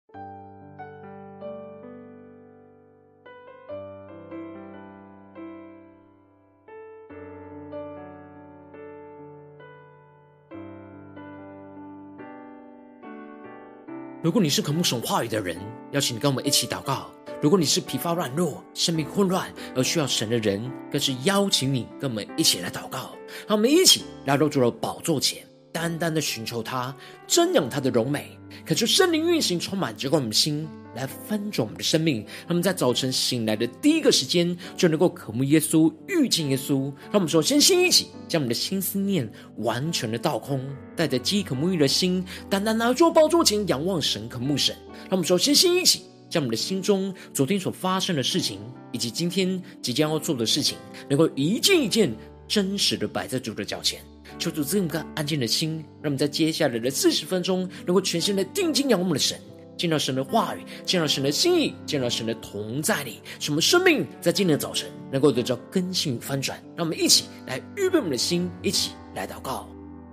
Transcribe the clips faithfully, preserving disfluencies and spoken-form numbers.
如果你是渴慕神话语的人，邀请你跟我们一起祷告。如果你是疲乏软弱、生命混乱而需要神的人，更是邀请你跟我们一起来祷告。让我们一起来到主的宝座前，单单的寻求他，瞻仰他的荣美，恳求圣灵运行充满浇灌我们的心，来翻转我们的生命。让我们在早晨醒来的第一个时间就能够渴慕耶稣，遇见耶稣。让我们首先先一起将我们的心思念完全的倒空，带着饥渴沐浴的心，单单拿住宝座前仰望神，渴慕神。让我们首先先一起将我们的心中昨天所发生的事情，以及今天即将要做的事情，能够一件一件真实的摆在主的脚前。求主赐我们个安静的心，让我们在接下来的四十分钟能够全心的定睛仰望我们的神，见到神的话语，见到神的心意，见到神的同在里，使我们生命在今天的早晨能够得到更新与翻转。让我们一起来预备我们的心，一起来祷告。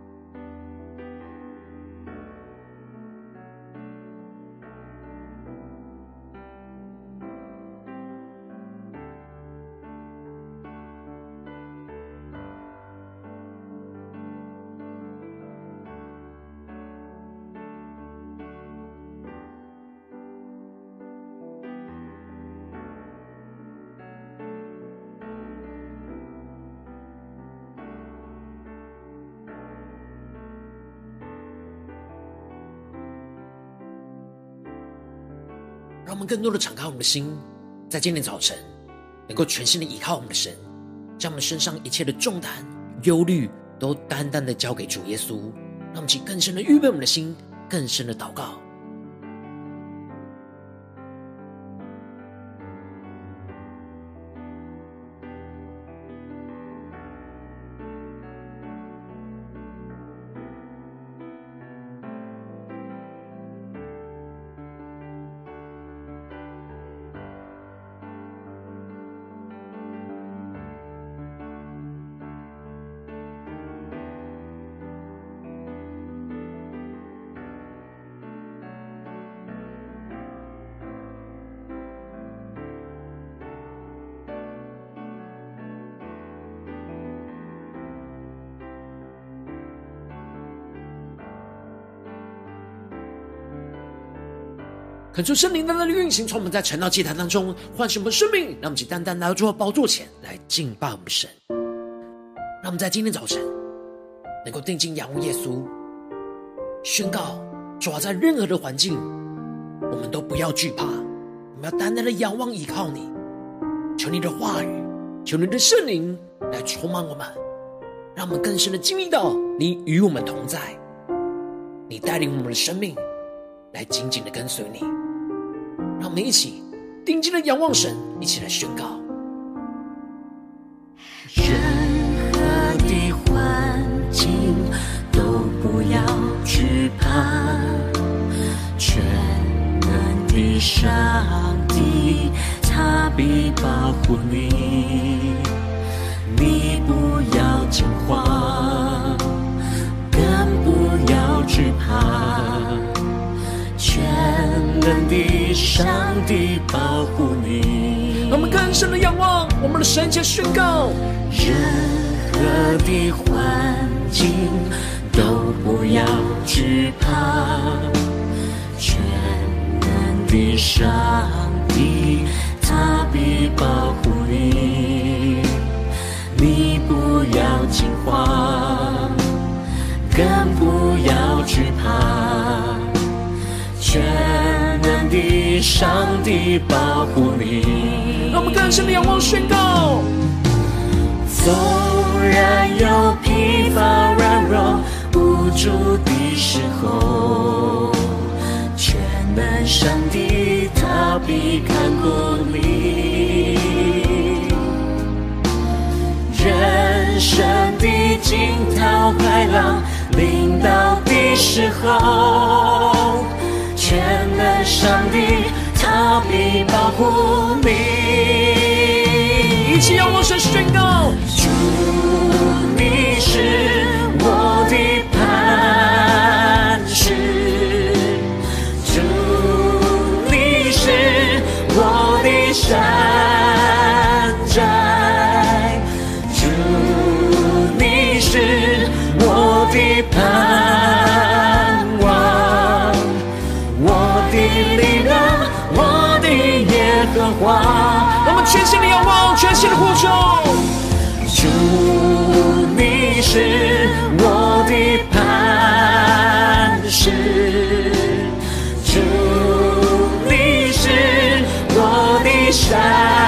让我们更多的敞开我们的心，在今天早晨能够全心的依靠我们的神，将我们身上一切的重担、忧虑都单单的交给主耶稣。让我们请更深的预备我们的心，更深的祷告。恳求圣灵单单的运行，从我们在晨祷祭坛当中唤醒我们生命，让我们去单单来到主的宝座前来敬拜我们的神。让我们在今天早晨能够定睛仰望耶稣，宣告主啊，在任何的环境我们都不要惧怕，我们要单单的仰望依靠你。求你的话语，求你的圣灵来充满我们，让我们更深的经历到你与我们同在，你带领我们的生命来紧紧的跟随你。让我们一起定睛的仰望神，一起来宣告。 任何的环境都不要惧怕，全能的上帝他必保护你，你不要惊慌，更不要惧怕，全能的上帝保护你。 让我们更深的仰望我们的神，且宣告： 任何的环境都不要惧怕，全能的上帝他必保护你，你不要惊慌，更不要惧怕，全能的上帝保护你。 让我们更深的仰望宣告： 纵然有疲乏软弱无助的时候，全能上帝他必看顾你，人生的惊涛骇浪临到的时候，全能上帝他必保护你。 一起仰望神宣告： 主你是我的磐石，主的盼望，我的力量，我的耶和华。 让我们全心的仰望，全心的呼求。 主，你是我的磐石，主，你是我的山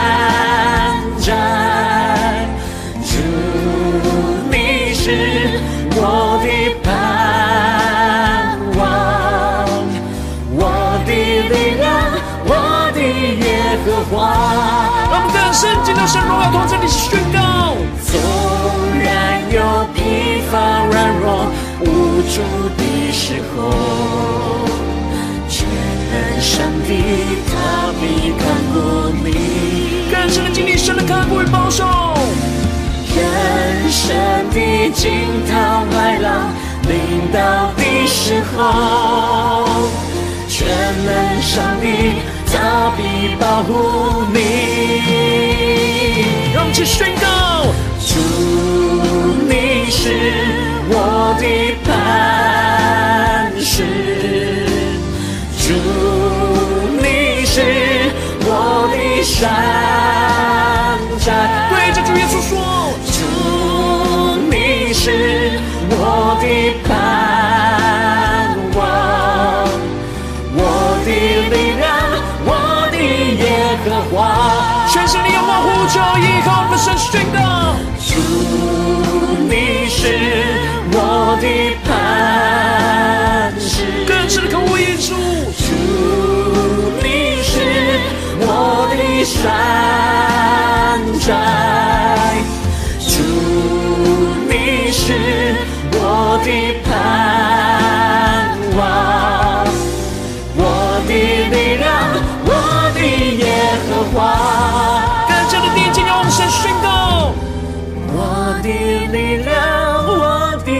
寨，主，你是我的盼望，我的力量，我的耶和华。 让我们更深进到神荣耀同在里宣告。 纵然有疲乏软弱无助的时候，全能上帝他必看顾你。 更深的经历神的看顾与保守。 人生的惊涛骇浪临到的时候，全能上帝他必保护你。 让我们一起宣告。 主，你是我的磐石，主，你是我的山寨。 对着主耶稣说， 主，你是我的盼望，我的力量，我的耶和华。 全心的仰望呼求，依靠我们神宣告。 主，你是我的磐石， 更深的渴慕耶稣。 主，你是我的山寨，主，你是我的盼望，我的力量，我的耶和华。 更深的定睛仰望神宣告。 我的力量，我的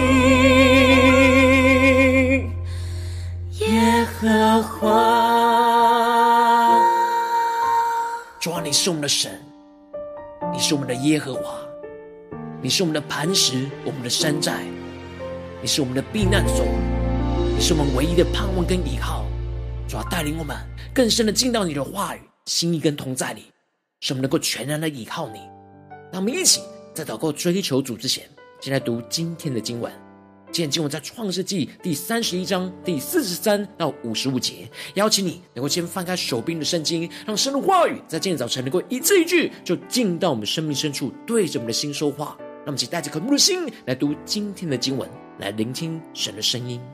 耶和华。 主啊，你是我们的神，你是我们的耶和华，你是我们的磐石，我们的山寨，你是我们的避难所，你是我们唯一的盼望跟依靠。主啊，带领我们更深的进到你的话语、心意跟同在里，使我们能够全然的依靠你。让我们一起在祷告追求主之前，先来读今天的经文。今天经文在创世纪第三十一章第四十三到五十五节。邀请你能够先翻开手边的圣经，让神的话语在今天早晨能够一字一句就进到我们生命深处，对着我们的心说话。让我们一起带着渴慕的心来读今天的经文，来聆听神的声音。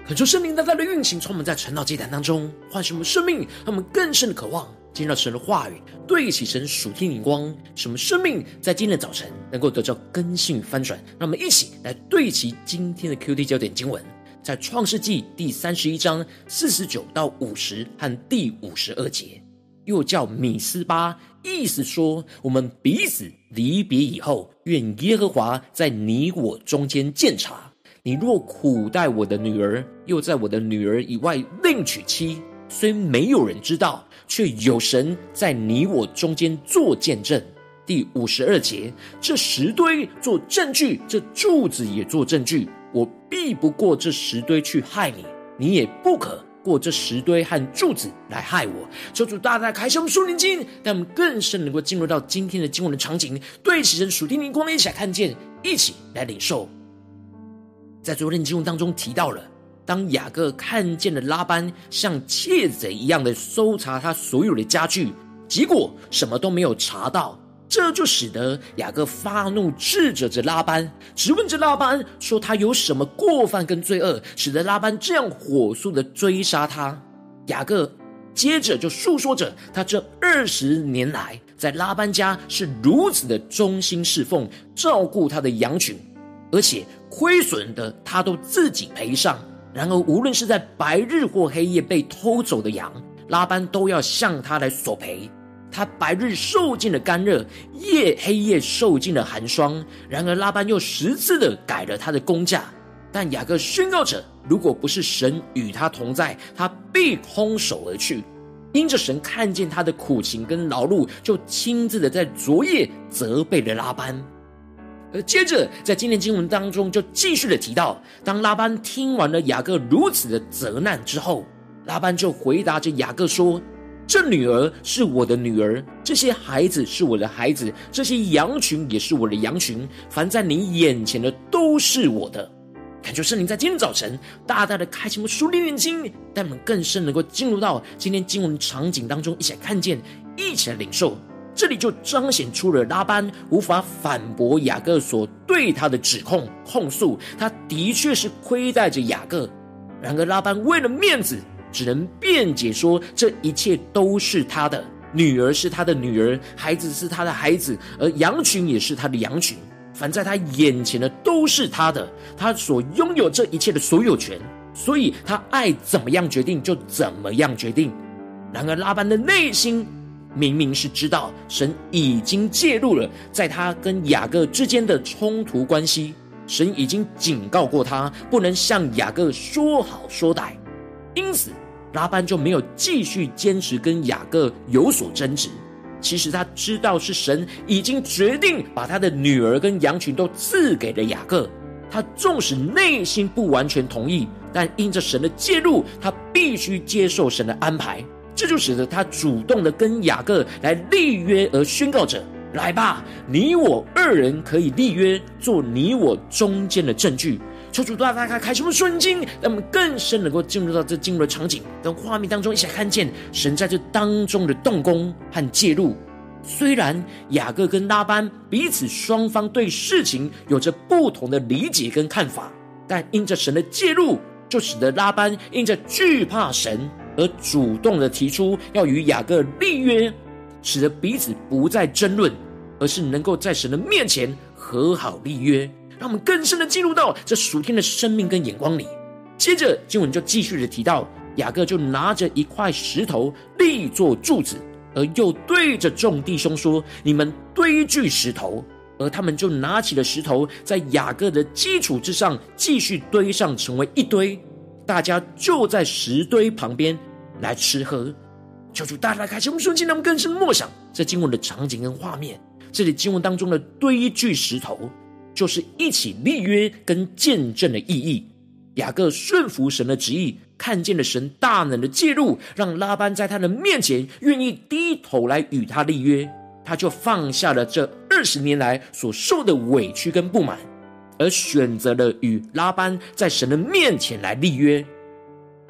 恳求圣灵大大的运行，充满在晨祷祭坛当中，唤醒我们生命，让我们更深的渴望进入到神的话语，对齐神属天灵光，使我们生命在今天的早晨能够得到更新与翻转。让我们一起来对齐今天的 Q T 焦点经文，在创世纪第三十一章四十九到五十和第五十二节，又叫米斯巴，意思说我们彼此离别以后，愿耶和华在你我中间鉴察。你若苦待我的女儿，又在我的女儿以外另娶妻，虽没有人知道，却有神在你我中间做见证。第五十二节，这石堆做证据，这柱子也做证据，我必不过这石堆去害你，你也不可过这石堆和柱子来害我。求主大大开启我们属灵经，让我们更深能够进入到今天的经文的场景，对齐神属天灵光，一起来看见，一起来领受。在昨天经文当中提到了，当雅各看见了拉班像窃贼一样的搜查他所有的家具，结果什么都没有查到，这就使得雅各发怒，斥责着拉班，质问着拉班说他有什么过犯跟罪恶，使得拉班这样火速的追杀他。雅各接着就述说着他这二十年来在拉班家是如此的忠心侍奉，照顾他的羊群，而且亏损的他都自己赔上。然而无论是在白日或黑夜被偷走的羊，拉班都要向他来索赔。他白日受尽了干热，夜黑夜受尽了寒霜。然而拉班又十次的改了他的工价。但雅各宣告着，如果不是神与他同在，他必空手而去。因着神看见他的苦情跟劳碌，就亲自的在昨夜责备了拉班。而接着在今天经文当中就继续的提到，当拉班听完了雅各如此的责难之后，拉班就回答着雅各说，这女儿是我的女儿，这些孩子是我的孩子，这些羊群也是我的羊群，凡在你眼前的都是我的。感觉圣灵在今天早晨大大的开启我们属灵眼睛，带我们更深能够进入到今天经文场景当中，一起来看见，一起来领受。这里就彰显出了拉班无法反驳雅各所对他的指控控诉，他的确是亏待着雅各。然而拉班为了面子，只能辩解说这一切都是他的，女儿是他的女儿，孩子是他的孩子，而羊群也是他的羊群，凡在他眼前的都是他的，他所拥有这一切的所有权，所以他爱怎么样决定就怎么样决定。然而拉班的内心明明是知道神已经介入了在他跟雅各之间的冲突关系，神已经警告过他不能向雅各说好说歹，因此拉班就没有继续坚持跟雅各有所争执。其实他知道是神已经决定把他的女儿跟羊群都赐给了雅各，他纵使内心不完全同意，但因着神的介入，他必须接受神的安排。这就使得他主动的跟雅各来立约，而宣告着，来吧，你我二人可以立约，做你我中间的证据。求主大大开启我们顺经，让我们更深能够进入到这进入的场景跟画面当中，一起来看见神在这当中的动工和介入。虽然雅各跟拉班彼此双方对事情有着不同的理解跟看法，但因着神的介入，就使得拉班因着惧怕神而主动的提出要与雅各立约，使得彼此不再争论，而是能够在神的面前和好立约，让我们更深的进入到这属天的生命跟眼光里。接着经文就继续的提到，雅各就拿着一块石头立作柱子，而又对着众弟兄说，你们堆聚石头。而他们就拿起了石头，在雅各的基础之上继续堆上，成为一堆，大家就在石堆旁边来吃喝。求主大大开启我们顺境，让我们更深默想这经文的场景跟画面。这里经文当中的堆聚石头，就是一起立约跟见证的意义。雅各顺服神的旨意，看见了神大能的介入，让拉班在他的面前愿意低头来与他立约，他就放下了这二十年来所受的委屈跟不满，而选择了与拉班在神的面前来立约。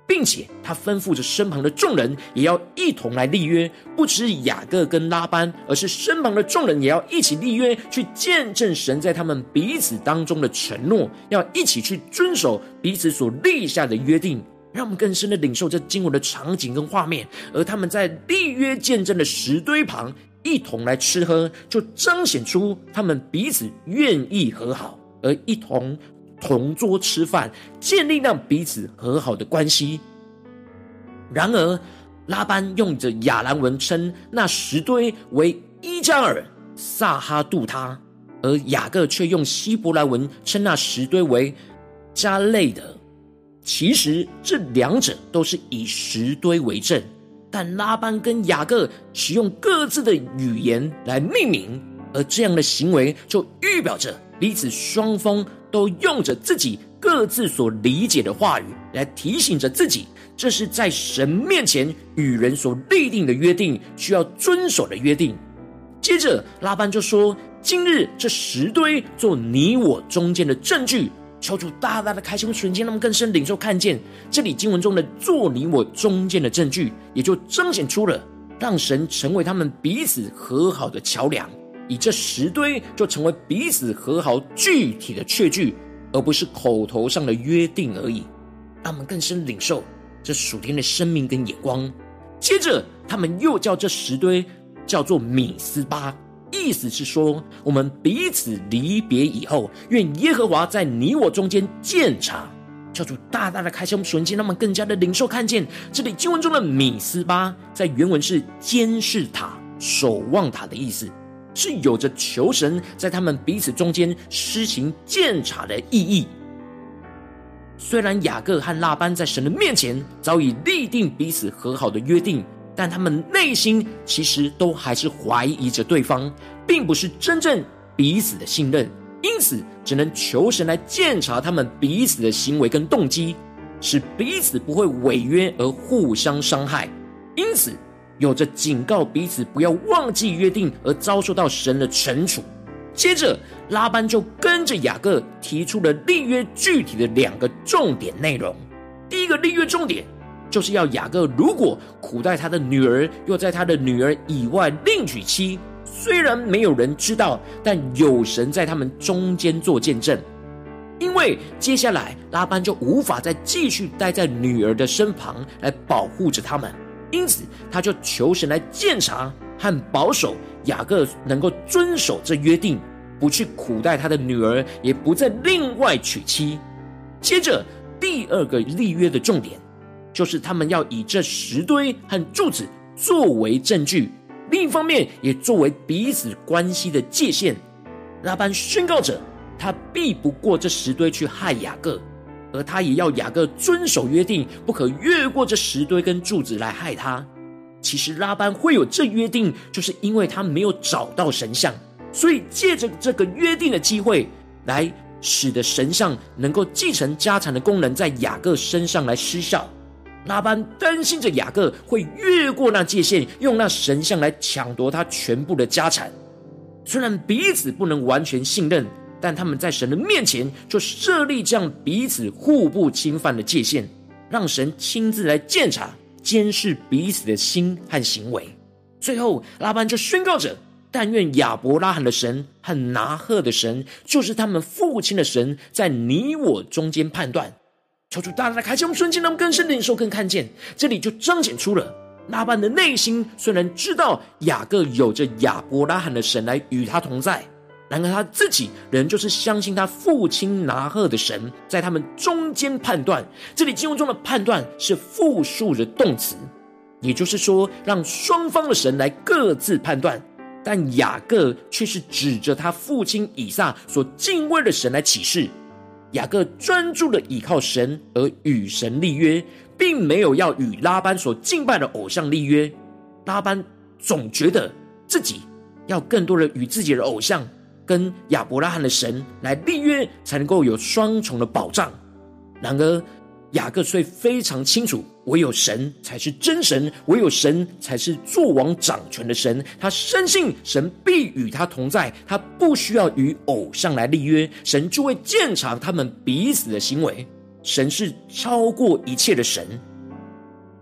并且他吩咐着身旁的众人也要一同来立约，不只是雅各跟拉班，而是身旁的众人也要一起立约，去见证神在他们彼此当中的承诺，要一起去遵守彼此所立下的约定。让我们更深的领受这经文的场景跟画面，而他们在立约见证的石堆旁一同来吃喝，就彰显出他们彼此愿意和好，而一同同桌吃饭，建立让彼此和好的关系。然而拉班用着亚兰文称那石堆为伊加尔撒哈杜他，而雅各却用希伯来文称那石堆为加累的。其实这两者都是以石堆为证，但拉班跟雅各使用各自的语言来命名，而这样的行为就预表着彼此双方都用着自己各自所理解的话语来提醒着自己，这是在神面前与人所立定的约定，需要遵守的约定。接着拉班就说，今日这石堆做你我中间的证据，求主大大的开心瞬间，让我们更深领受看见这里经文中的做你我中间的证据，也就彰显出了让神成为他们彼此和好的桥梁，以这石堆就成为彼此和好具体的确据，而不是口头上的约定而已。让我们更深领受这属天的生命跟眼光。接着他们又叫这石堆叫做米斯巴，意思是说，我们彼此离别以后，愿耶和华在你我中间鉴察。教主大大的开箱瞬间，让我们更加的领受看见，这里经文中的米斯巴在原文是监视塔、守望塔的意思，是有着求神在他们彼此中间施行鉴察的意义。虽然雅各和拉班在神的面前早已立定彼此和好的约定，但他们内心其实都还是怀疑着对方，并不是真正彼此的信任，因此只能求神来鉴察他们彼此的行为跟动机，使彼此不会违约而互相伤害。因此有着警告彼此不要忘记约定而遭受到神的惩处。接着拉班就跟着雅各提出了立约具体的两个重点内容。第一个立约重点就是要雅各如果苦待他的女儿，又在他的女儿以外另娶妻，虽然没有人知道，但有神在他们中间做见证。因为接下来拉班就无法再继续待在女儿的身旁来保护着他们，因此他就求神来鉴察和保守雅各能够遵守这约定，不去苦待他的女儿，也不再另外娶妻。接着第二个立约的重点就是他们要以这石堆和柱子作为证据，另一方面也作为彼此关系的界限。拉班宣告着他避不过这石堆去害雅各，而他也要雅各遵守约定，不可越过这石堆跟柱子来害他。其实拉班会有这约定，就是因为他没有找到神像，所以借着这个约定的机会来使得神像能够继承家产的功能在雅各身上来失效。拉班担心着雅各会越过那界限，用那神像来抢夺他全部的家产。虽然彼此不能完全信任，但他们在神的面前就设立这样彼此互不侵犯的界限，让神亲自来鉴察监视彼此的心和行为。最后拉班就宣告着，但愿亚伯拉罕的神和拿鹤的神，就是他们父亲的神，在你我中间判断。求主大大开启我们瞬间，让我们更深领受更看见，这里就彰显出了拉班的内心虽然知道雅各有着亚伯拉罕的神来与他同在，然而他自己仍就是相信他父亲拿鹤的神在他们中间判断。这里经文中的判断是复数的动词，也就是说让双方的神来各自判断，但雅各却是指着他父亲以撒所敬畏的神来启示。雅各专注的倚靠神而与神立约，并没有要与拉班所敬拜的偶像立约。拉班总觉得自己要更多的与自己的偶像跟亚伯拉罕的神来立约，才能够有双重的保障。然而雅各却非常清楚，唯有神才是真神，唯有神才是作王掌权的神。他深信神必与他同在，他不需要与偶像来立约，神就会鉴察他们彼此的行为。神是超过一切的神，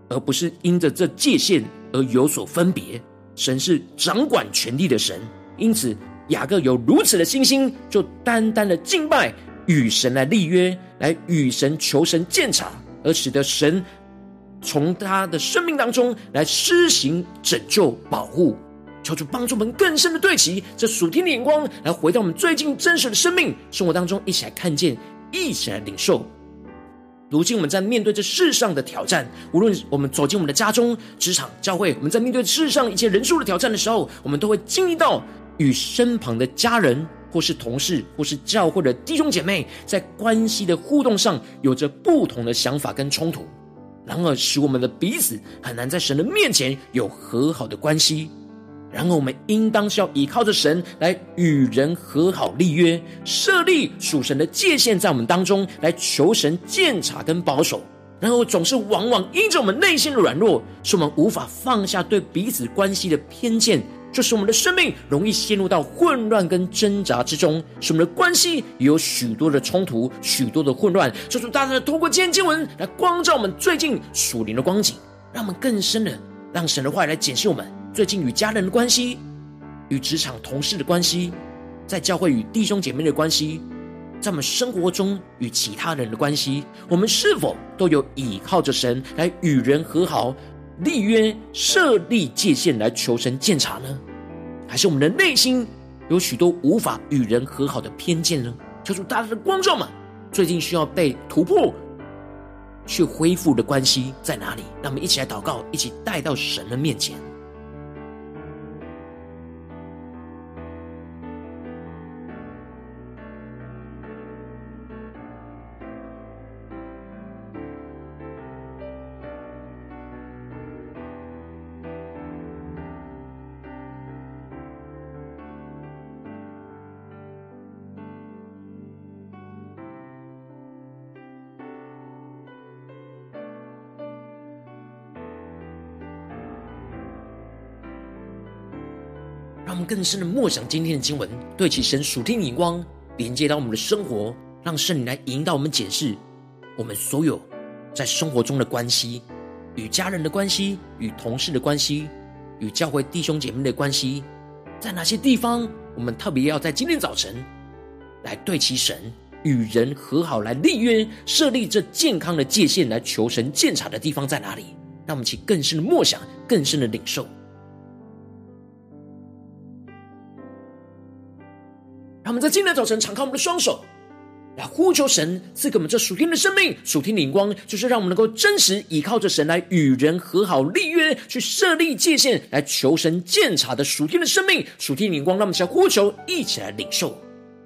而不是因着这界限而有所分别。神是掌管权力的神，因此雅各有如此的信心，就单单的敬拜，与神来立约，来与神求神鉴察，而使得神从他的生命当中来施行拯救保护。求主帮助我们更深的对齐这属天的眼光，来回到我们最近真实的生命生活当中，一起来看见，一起来领受。如今我们在面对这世上的挑战，无论我们走进我们的家中、职场、教会，我们在面对世上一切人数的挑战的时候，我们都会经历到与身旁的家人或是同事或是教会的弟兄姐妹在关系的互动上有着不同的想法跟冲突，然而使我们的彼此很难在神的面前有和好的关系。然而我们应当是要依靠着神来与人和好立约，设立属神的界限在我们当中，来求神鉴察跟保守。然后总是往往因着我们内心的软弱，使我们无法放下对彼此关系的偏见，就使我们的生命容易陷入到混乱跟挣扎之中，使我们的关系也有许多的冲突，许多的混乱。求主大大的透过今天经文来光照我们最近属灵的光景，让我们更深的让神的话语来检视我们最近与家人的关系，与职场同事的关系，在教会与弟兄姐妹的关系，在我们生活中与其他人的关系，我们是否都有倚靠着神来与人和好立约，设立界限来求神鉴察呢？还是我们的内心有许多无法与人和好的偏见呢？求主大大的光照们最近需要被突破去恢复的关系在哪里？让我们一起来祷告，一起带到神的面前。让我们更深的默想今天的经文，对齐神属天的眼光，连接到我们的生活，让圣灵来引导我们检视我们所有在生活中的关系，与家人的关系，与同事的关系，与教会弟兄姐妹的关系，在哪些地方我们特别要在今天早晨来对齐神，与人和好，来立约，设立这健康的界限，来求神鉴察的地方在哪里？让我们一起更深的默想，更深的领受。让我们在今天的早晨敞开我们的双手，来呼求神赐给我们这属天的生命，属天的眼光，就是让我们能够真实依靠着神来与人和好立约，去设立界限，来求神鉴察的属天的生命，属天的眼光。让我们一起来呼求，一起来领受。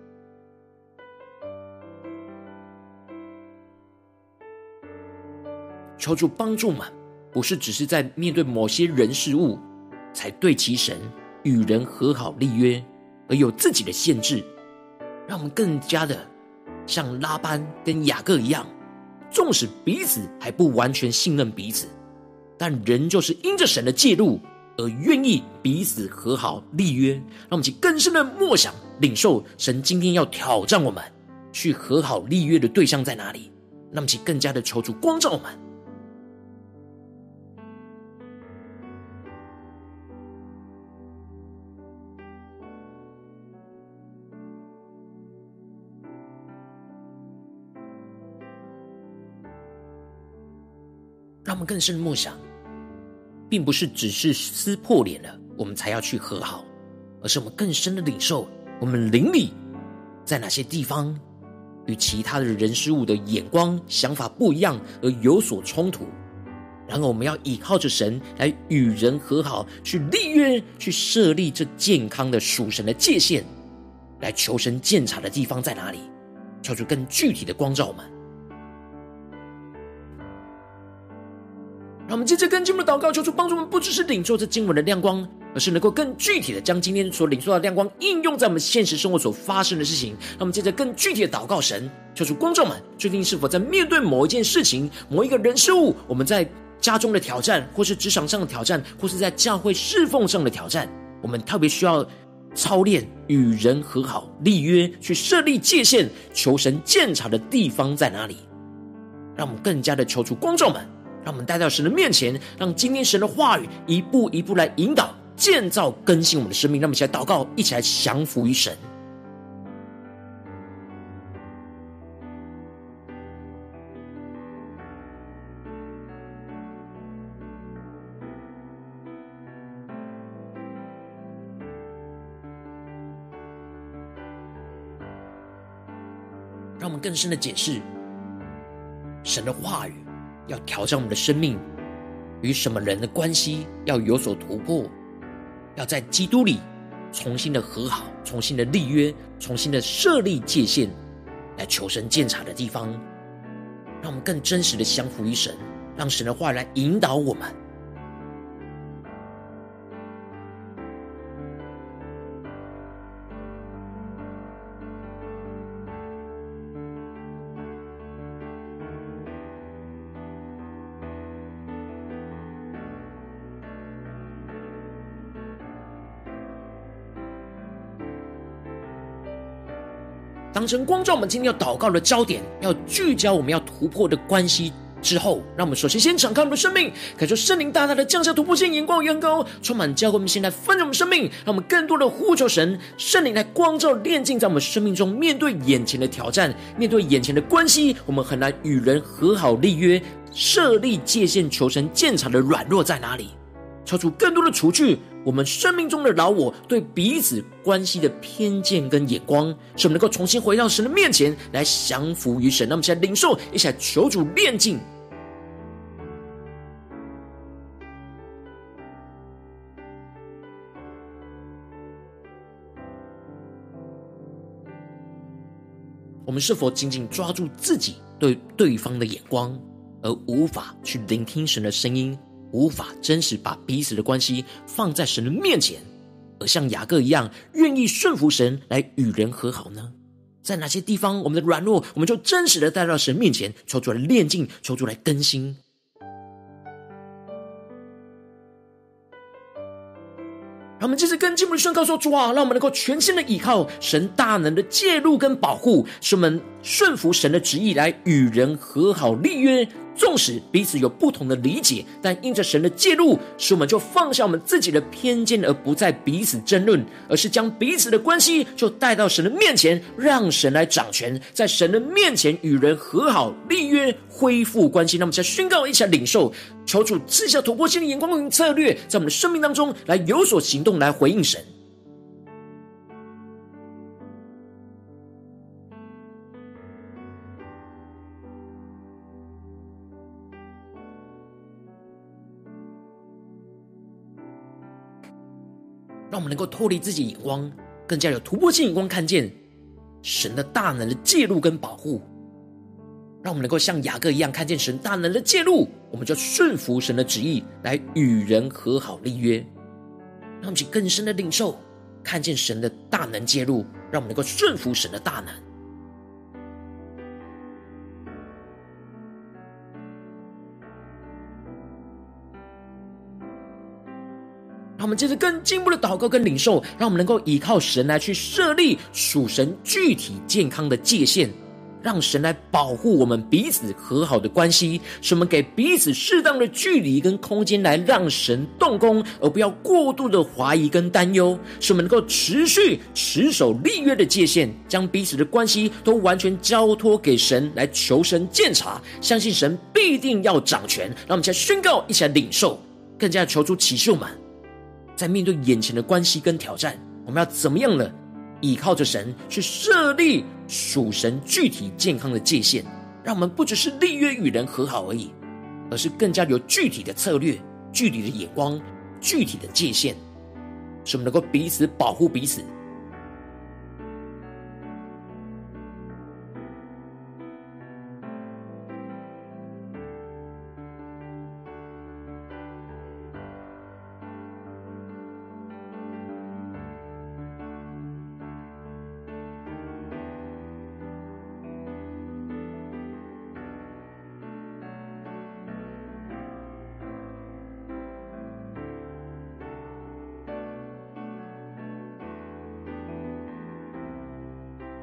求主帮助们，不是只是在面对某些人事物才对齐神与人和好立约，而有自己的限制，让我们更加的像拉班跟雅各一样，纵使彼此还不完全信任彼此，但仍旧是因着神的介入而愿意彼此和好立约。让我们去更深的默想领受神今天要挑战我们去和好立约的对象在哪里，让我们去更加的求主光照我们。让我们更深默想，并不是只是撕破脸了我们才要去和好，而是我们更深的领受我们灵里在哪些地方与其他的人事物的眼光想法不一样而有所冲突，然后我们要依靠着神来与人和好，去立约，去设立这健康的属神的界限，来求神鉴察的地方在哪里，求出更具体的光照我们。让我们接着跟经文的祷告，求主帮助我们，不只是领受这经文的亮光，而是能够更具体的将今天所领受的亮光应用在我们现实生活所发生的事情。让我们接着更具体的祷告神，求主光照们，最近是否在面对某一件事情、某一个人事物，我们在家中的挑战，或是职场上的挑战，或是在教会侍奉上的挑战，我们特别需要操练与人和好立约，去设立界限，求神鉴察的地方在哪里？让我们更加的求主光照们， 让我们带到神的面前，让今天神的话语一步一步来引导、建造、更新我们的生命。让我们一起来祷告，一起来降服于神。让我们更深的解释神的话语要挑战我们的生命，与什么人的关系要有所突破，要在基督里重新的和好，重新的立约，重新的设立界限，来求神鉴察的地方。让我们更真实的降服于神，让神的话语来引导我们。当神光照我们今天要祷告的焦点，要聚焦我们要突破的关系之后，让我们首先先敞开我们的生命，感受圣灵大大的降下突破性眼光与恩膏，充满教会我们现在分盛我们生命，让我们更多的呼求神，圣灵来光照炼净在我们生命中。面对眼前的挑战，面对眼前的关系，我们很难与人和好立约，设立界限，求神鉴察的软弱在哪里，超出更多的除去我们生命中的老我对彼此关系的偏见跟眼光，使我们能够重新回到神的面前来降服于神。那我们现在领受，一起来求主炼净。我们是否紧紧抓住自己对对方的眼光，而无法去聆听神的声音，无法真实把彼此的关系放在神的面前，而像雅各一样愿意顺服神来与人和好呢？在哪些地方我们的软弱，我们就真实的带到神面前，求主来炼净，求主来更新。让我们这次更进一步的宣告说，主啊，让我们能够全心的倚靠神大能的介入跟保护，使我们顺服神的旨意来与人和好立约。纵使彼此有不同的理解，但因着神的介入，使我们就放下我们自己的偏见，而不再彼此争论，而是将彼此的关系就带到神的面前，让神来掌权，在神的面前与人和好立约，恢复关系。那么在宣告，一起来领受，求主赐下突破性的眼光与策略，在我们的生命当中来有所行动，来回应神。让我们能够脱离自己眼光，更加有突破性眼光，看见神的大能的介入跟保护。让我们能够像雅各一样看见神大能的介入，我们就顺服神的旨意来与人和好立约。让我们去更深的领受，看见神的大能介入，让我们能够顺服神的大能。让我们接着更进一步的祷告跟领受，让我们能够依靠神来去设立属神具体健康的界限，让神来保护我们彼此和好的关系，使我们给彼此适当的距离跟空间，来让神动工，而不要过度的怀疑跟担忧，使我们能够持续持守立约的界限，将彼此的关系都完全交托给神，来求神鉴察，相信神必定要掌权。让我们一起来宣告，一起来领受，更加求主启示我们，在面对眼前的关系跟挑战，我们要怎么样呢？依靠着神去设立属神具体健康的界限，让我们不只是立约与人和好而已，而是更加有具体的策略、具体的眼光、具体的界限，使我们能够彼此保护彼此。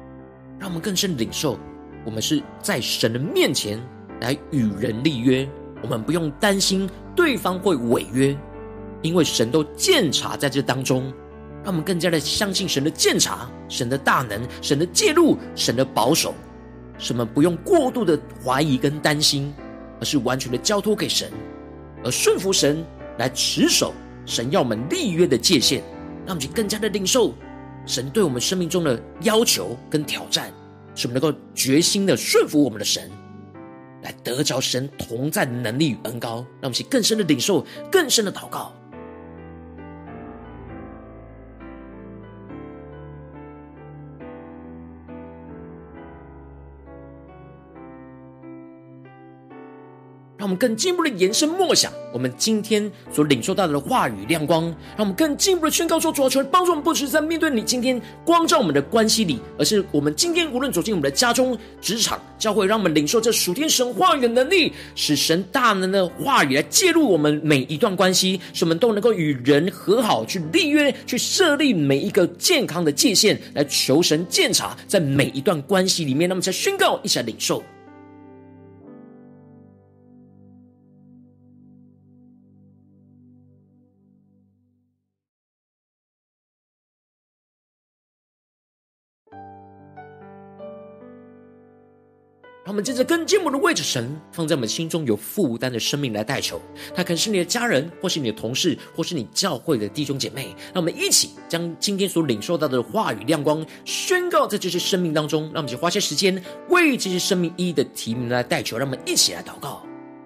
让我们更深领受，我们是在神的面前来与人立约， 我们不用担心对方会违约，因为神都鉴察在这当中，让我们更加的相信神的鉴察、神的大能、神的介入、神的保守，使我们不用过度的怀疑跟担心，而是完全的交托给神，而顺服神来持守神要我们立约的界限，让我们更加的领受神对我们生命中的要求跟挑战，使我们能够决心的顺服我们的神，来得着神同在的能力与恩膏，让我们去更深的领受，更深的祷告。让我们更进一步的延伸默想我们今天所领受到的话语亮光，让我们更进一步的宣告说，主啊，求你帮助我们，不只是在面对你今天光照我们的关系里，而是我们今天无论走进我们的家中、职场、教会，让我们领受这属天神话语的能力，使神大能的话语来介入我们每一段关系，使我们都能够与人和好，去立约，去设立每一个健康的界限，来求神鉴察在每一段关系里面。那么才宣告，一起来领受。让我们接着更进一步的为着神放在我们心中有负担的生命来代求，他可能是你的家人，或是你的同事，或是你教会的弟兄姐妹。让我们一起将今天所领受到的话语亮光宣告在这些生命当中，让我们一起花些时间为这些生命一一的提名来代求。让我们一起来祷告。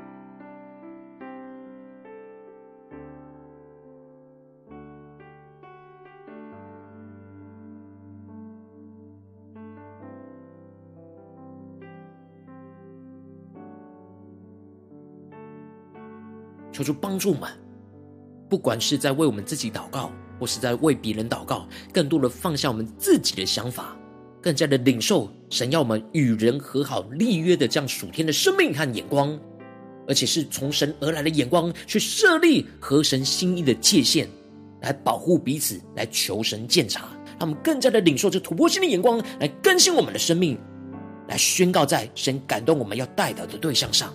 求主帮助我们，不管是在为我们自己祷告，或是在为别人祷告，更多的放下我们自己的想法，更加的领受神要我们与人和好立约的这样属天的生命和眼光，而且是从神而来的眼光，去设立合神心意的界限，来保护彼此，来求神鉴察，让我们更加的领受这突破性的眼光，来更新我们的生命，来宣告在神感动我们要代祷的对象上。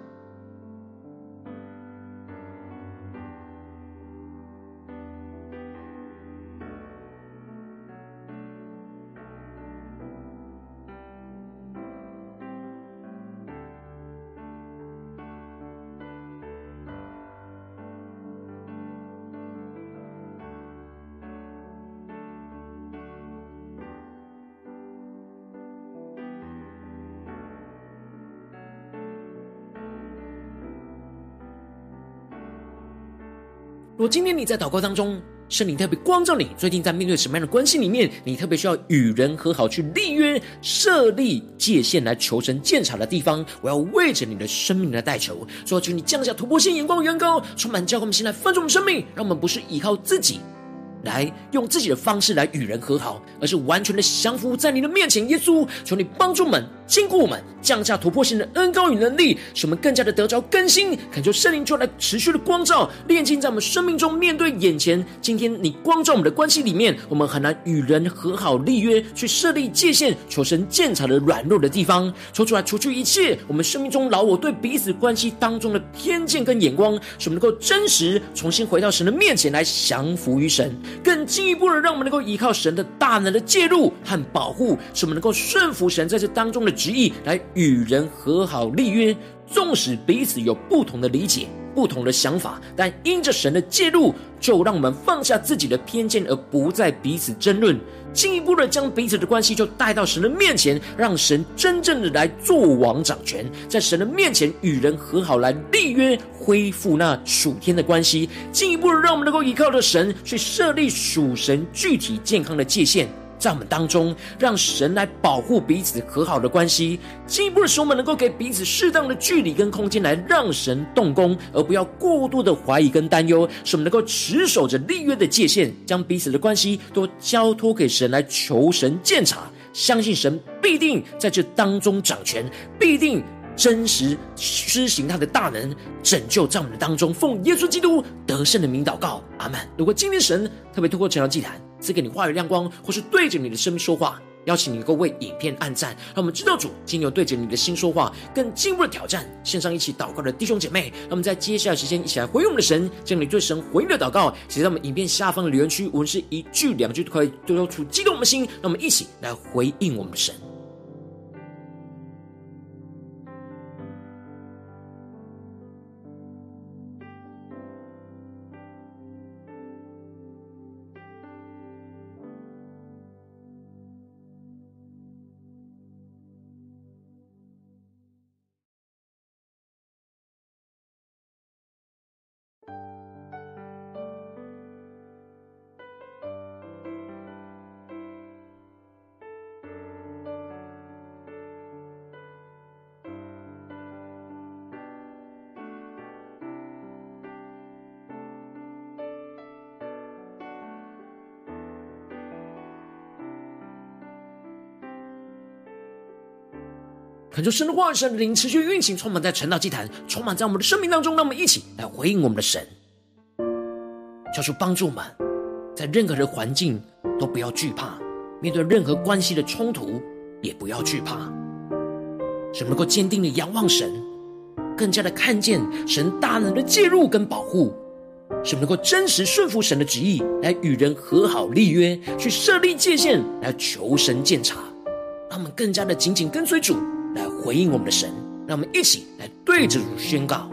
如果今天你在祷告当中，圣灵特别光照你，最近在面对什么样的关系里面，你特别需要与人和好，去立约设立界限来求神鉴察的地方，我要为着你的生命来代求，说求你降下突破性眼光远高，充满教会我们心来翻转我们生命，让我们不是依靠自己来用自己的方式来与人和好，而是完全的降服在你的面前。耶稣，求你帮助我们，坚固我们，降下突破性的恩膏与能力，使我们更加的得着更新。恳求圣灵就来持续的光照炼净在我们生命中，面对眼前今天你光照我们的关系里面，我们很难与人和好立约，去设立界限，求神鉴察的软弱的地方，求出来除去一切我们生命中老我对彼此关系当中的偏见跟眼光，使我们能够真实重新回到神的面前来降服于神，更进一步的让我们能够依靠神的大能的介入和保护，使我们能够顺服神在这当中的旨意，来与人和好立约。纵使彼此有不同的理解、不同的想法，但因着神的介入，就让我们放下自己的偏见，而不再彼此争论，进一步的将彼此的关系就带到神的面前，让神真正的来做王掌权，在神的面前与人和好，来立约，恢复那属天的关系，进一步的让我们能够依靠着神去设立属神具体健康的界限在我们当中，让神来保护彼此和好的关系，进一步的使我们能够给彼此适当的距离跟空间，来让神动工，而不要过度的怀疑跟担忧，使我们能够持守着立约的界限，将彼此的关系都交托给神，来求神鉴察，相信神必定在这当中掌权，必定真实施行他的大能，拯救在我们的当中。奉耶稣基督得胜的名祷告，阿们。如果今天神特别透过这条祭坛赐给你话语亮光，或是对着你的生命说话， 邀请你能够为影片按赞，让我们知道主今天有对着你的心说话，更进一步的挑战。线上一起祷告的弟兄姐妹，让我们在接下来的时间一起来回应我们的神，将你对神回应的祷告写在我们影片下方的留言区，无论是一句两句都可以，都有出激动我们的心，让我们一起来回应我们的神。恳求神的话语、神的灵持续运行，充满在晨祷祭坛，充满在我们的生命当中。让我们一起来回应我们的神，求主帮助我们，在任何的环境都不要惧怕，面对任何关系的冲突也不要惧怕，使我们能够坚定的仰望神，更加的看见神大能的介入跟保护，使我们能够真实顺服神的旨意，来与人和好立约，去设立界限，来求神鉴察，让我们更加的紧紧跟随主，来回应我们的神。让我们一起来对着主宣告：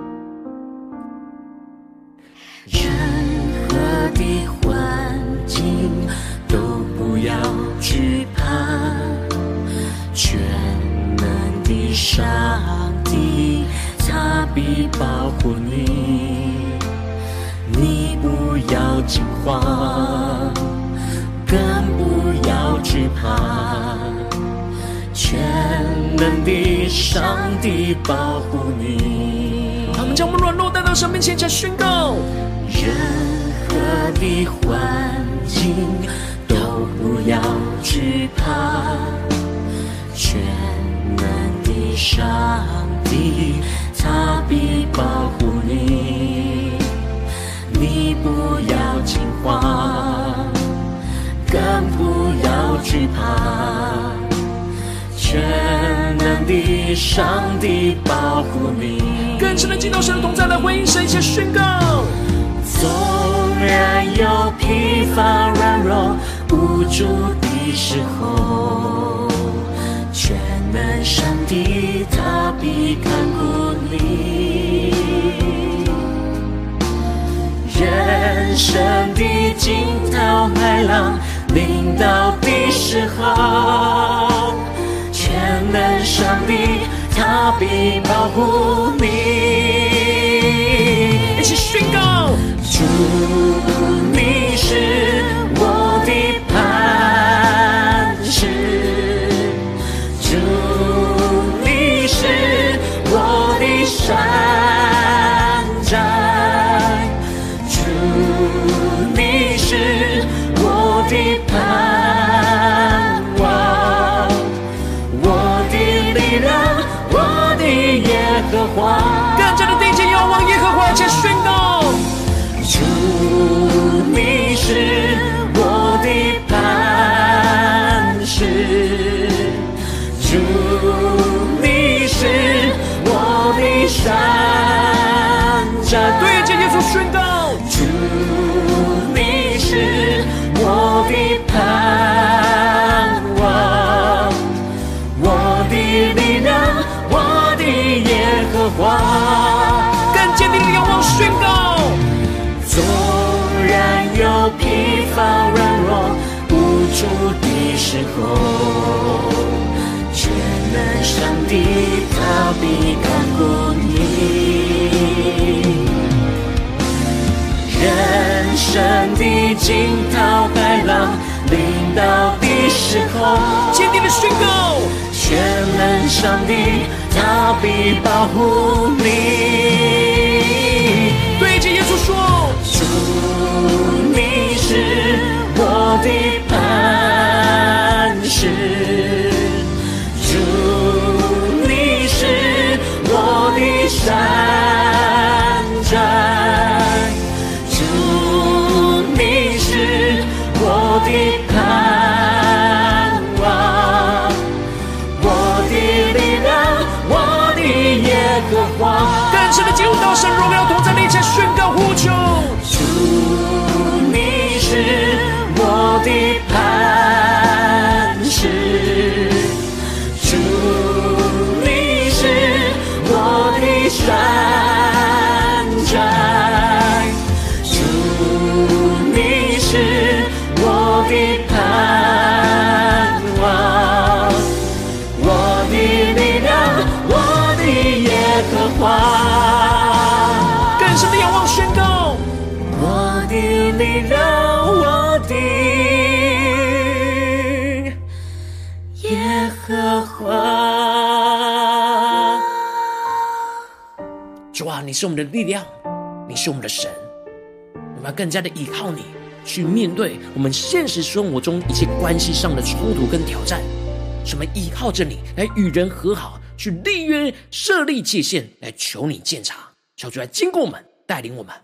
任何的环境都不要惧怕，全能的上帝他必保护你，你不要惊慌，更不要惧怕，全能的上帝保护你。 他们将我们软弱带到神面前，来宣告： 任何的环境都不要惧怕，全能的上帝他必保护你，你不要惊慌，更不要惧怕，全能的上帝保护你。 更深的进到神的同在，来回应神，一起宣告： 纵然有疲乏软弱无助的时候，全能上帝他必看顾你。人生的惊涛骇浪临到的时候，全能上帝他必保护你。 一起宣告： 主你是我的磐石，主你是我的山寨，主你是我的盼望，我的力量，我的耶和华。 更加的定睛仰望耶和华，且宣告： 主你是我的磐石，主你是我的山寨。 对着耶稣宣告： 主你是我的盼望，我的力量，我的耶和华。 更坚定的仰望宣告： 纵然有疲乏软弱无助的时候，全能上帝他必看顾你。人生的惊涛骇浪临到的时候， 坚定的宣告： 全能上帝他必保护你。 对着耶稣说： 主你是我的磐石，主你是我的山寨，主你是我的盼望， 耶和华。 主啊，你是我们的力量，你是我们的神，我们要更加的依靠你，去面对我们现实生活中一切关系上的冲突跟挑战。什么依靠着你来与人和好，去立约设立界限，来求你鉴察，求主来经过我们，带领我们。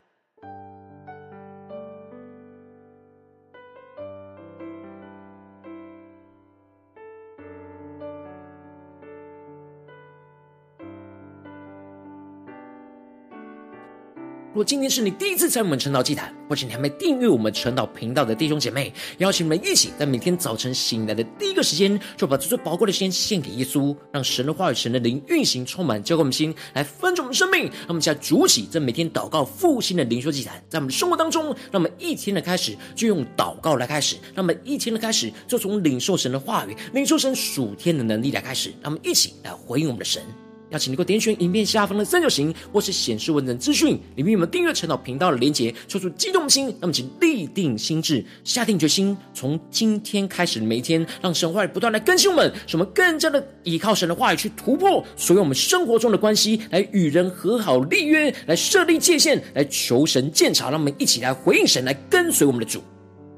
如果今天是你第一次参与我们晨祷祭坛，或者你还没订阅我们晨祷频道的弟兄姐妹，邀请你们一起在每天早晨醒来的第一个时间，就把最宝贵的时间献给耶稣，让神的话语、神的灵运行充满，交给我们心，来分盛我们生命。让我们一起来主起这每天祷告复兴的灵修祭坛，在我们的生活当中，让我们一天的开始就用祷告来开始，让我们一天的开始就从领受神的话语、领受神属天的能力来开始，让我们一起来回应我们的神。邀请你给我点选影片下方的三角形，或是显示文字资讯里面有我们订阅晨祷频道的连结，抽出激动的心，那么请立定心志，下定决心，从今天开始的每一天，让神话语不断来更新我们，使我们更加的依靠神的话语去突破所有我们生活中的关系，来与人和好立约，来设立界限，来求神鉴察，让我们一起来回应神，来跟随我们的主。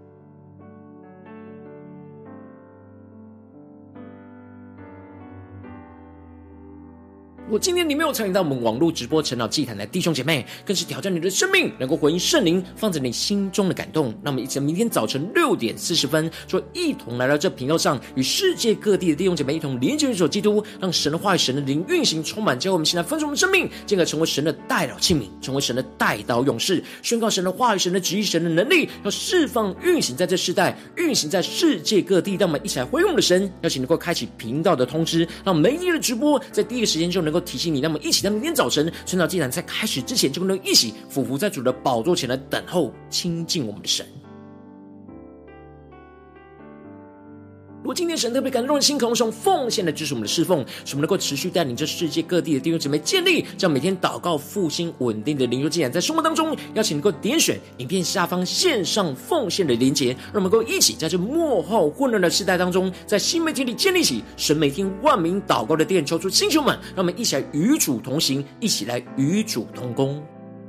如果今天你没有参与到我们网络直播晨祷祭坛的弟兄姐妹，更是挑战你的生命，能够回应圣灵放在你心中的感动。那么一起明天早晨六点四十分，就一同来到这频道上，与世界各地的弟兄姐妹一同连接于主基督，让神的话语、神的灵运行充满，教我们现在分盛我们生命，进而成为神的代祷器皿，成为神的代祷勇士，宣告神的话语、神的旨意、神的能力，要释放运行在这世代，运行在世界各地。让我们一起来回应我们的神，邀请能够开启频道的通知，让每一天的直播在第一个时间就能够提醒你，那么一起在明天早晨晨祷祭坛在开始之前，就能一起俯伏在主的宝座前来等候亲近我们的神。如果今天神特别感动的心，渴望用奉献来支持我们的侍奉，使我们能够持续带领这世界各地的弟兄姊妹建立这样每天祷告复兴稳定的灵修祭坛，在生活当中邀请能够点选影片下方线上奉献的连结，让我们能够一起在这末后混乱的时代当中，在新媒体里建立起神每天万名祷告的殿，抽出星球们，让我们一起来与主同行，一起来与主同工。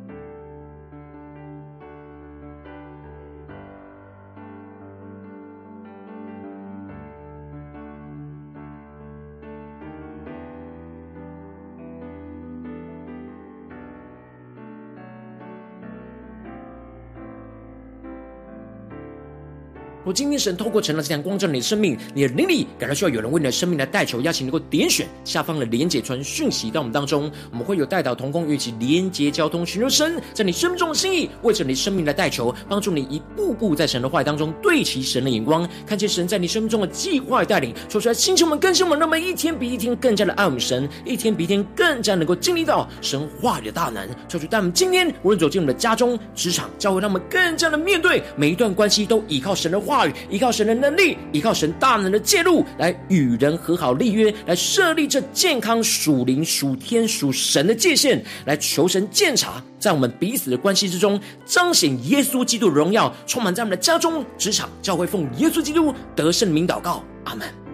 我今天神透过晨祷祭坛光照你的生命，你的灵里感到需要有人为你的生命来代求，邀请能够点选下方的连结传讯息到我们当中，我们会有代祷同工与其连结交通，寻求神在你生命中的心意，为着你生命来代求，帮助你一步步在神的话语当中对齐神的眼光，看见神在你生命中的计划与带领，说出来星球们更新我们，让我们一天比一天更加的爱我们神，一天比一天更加能够经历到神话语的大能。求主带我们今天无论走进我们的家中、职场、教会，让我们更加的面对每一段关系都依靠神的话语，依靠神的能力，依靠神大能的介入，来与人和好立约，来设立这健康属灵属天属神的界限，来求神鉴察在我们彼此的关系之中，彰显耶稣基督的荣耀，充满在我们的家中、职场、教会，奉耶稣基督得胜的名祷告，阿们。